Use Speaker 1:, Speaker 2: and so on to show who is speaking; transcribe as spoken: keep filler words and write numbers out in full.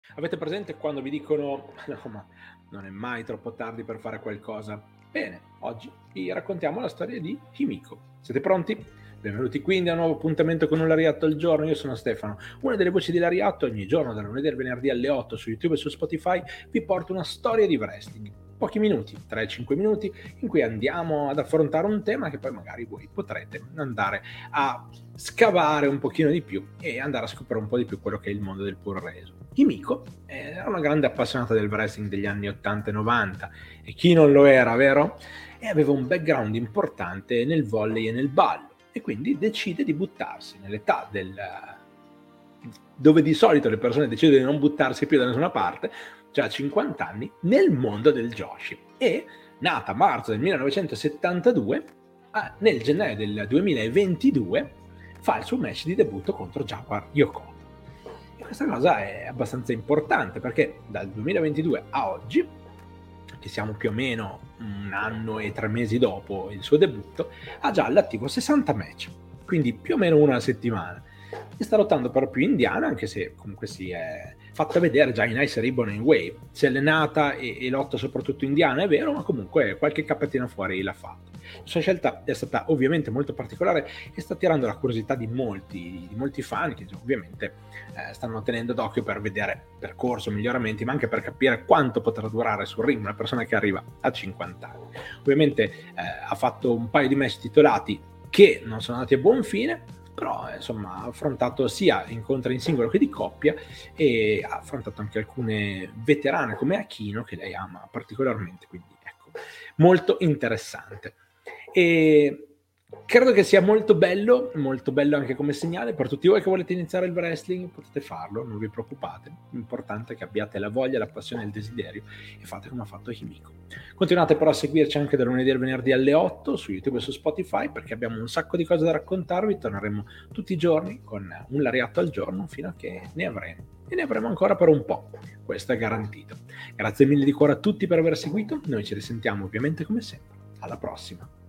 Speaker 1: Avete presente quando vi dicono: "No, ma non è mai troppo tardi per fare qualcosa"? Bene, oggi vi raccontiamo la storia di Himiko. Siete pronti? Benvenuti quindi a un nuovo appuntamento con un Lariatto al giorno. Io sono Stefano, una delle voci di Lariatto. Ogni giorno, dal lunedì al venerdì alle otto su YouTube e su Spotify, vi porto una storia di wrestling. Pochi minuti, tre cinque minuti, in cui andiamo ad affrontare un tema che poi magari voi potrete andare a scavare un pochino di più e andare a scoprire un po' di più quello che è il mondo del puro reso. Himiko era una grande appassionata del wrestling degli anni ottanta e novanta, e chi non lo era, vero? E aveva un background importante nel volley e nel ballo, e quindi decide di buttarsi nell'età del dove di solito le persone decidono di non buttarsi più da nessuna parte, cioè a cinquanta anni, nel mondo del Joshi. E nata a marzo del millenovecentosettantadue, nel gennaio del duemilaventidue fa il suo match di debutto contro Jaguar Yoko. E questa cosa è abbastanza importante perché dal duemilaventidue a oggi, che siamo più o meno un anno e tre mesi dopo il suo debutto, ha già all'attivo sessanta match, quindi più o meno una alla settimana. E sta lottando per più indiana, anche se comunque si è fatta vedere già in Ice Ribbon e in Wave. Si è allenata e, e lotta soprattutto indiana, è vero, ma comunque qualche cappetina fuori l'ha fatto. La sua scelta è stata ovviamente molto particolare e sta attirando la curiosità di molti, di molti fan che ovviamente eh, stanno tenendo d'occhio per vedere percorso, miglioramenti, ma anche per capire quanto potrà durare sul ring una persona che arriva a cinquanta anni. Ovviamente eh, ha fatto un paio di match titolati che non sono andati a buon fine, però insomma ha affrontato sia incontri in singolo che di coppia e ha affrontato anche alcune veterane come Akino, che lei ama particolarmente, quindi ecco, molto interessante. E credo che sia molto bello, molto bello anche come segnale per tutti voi che volete iniziare il wrestling. Potete farlo, non vi preoccupate, l'importante è che abbiate la voglia, la passione e il desiderio e fate come ha fatto Himiko. Continuate però a seguirci anche dal lunedì al venerdì alle otto su YouTube e su Spotify, perché abbiamo un sacco di cose da raccontarvi. Torneremo tutti i giorni con un Lariatto al giorno fino a che ne avremo, e ne avremo ancora per un po', questo è garantito. Grazie mille di cuore a tutti per aver seguito, noi ci risentiamo ovviamente come sempre alla prossima.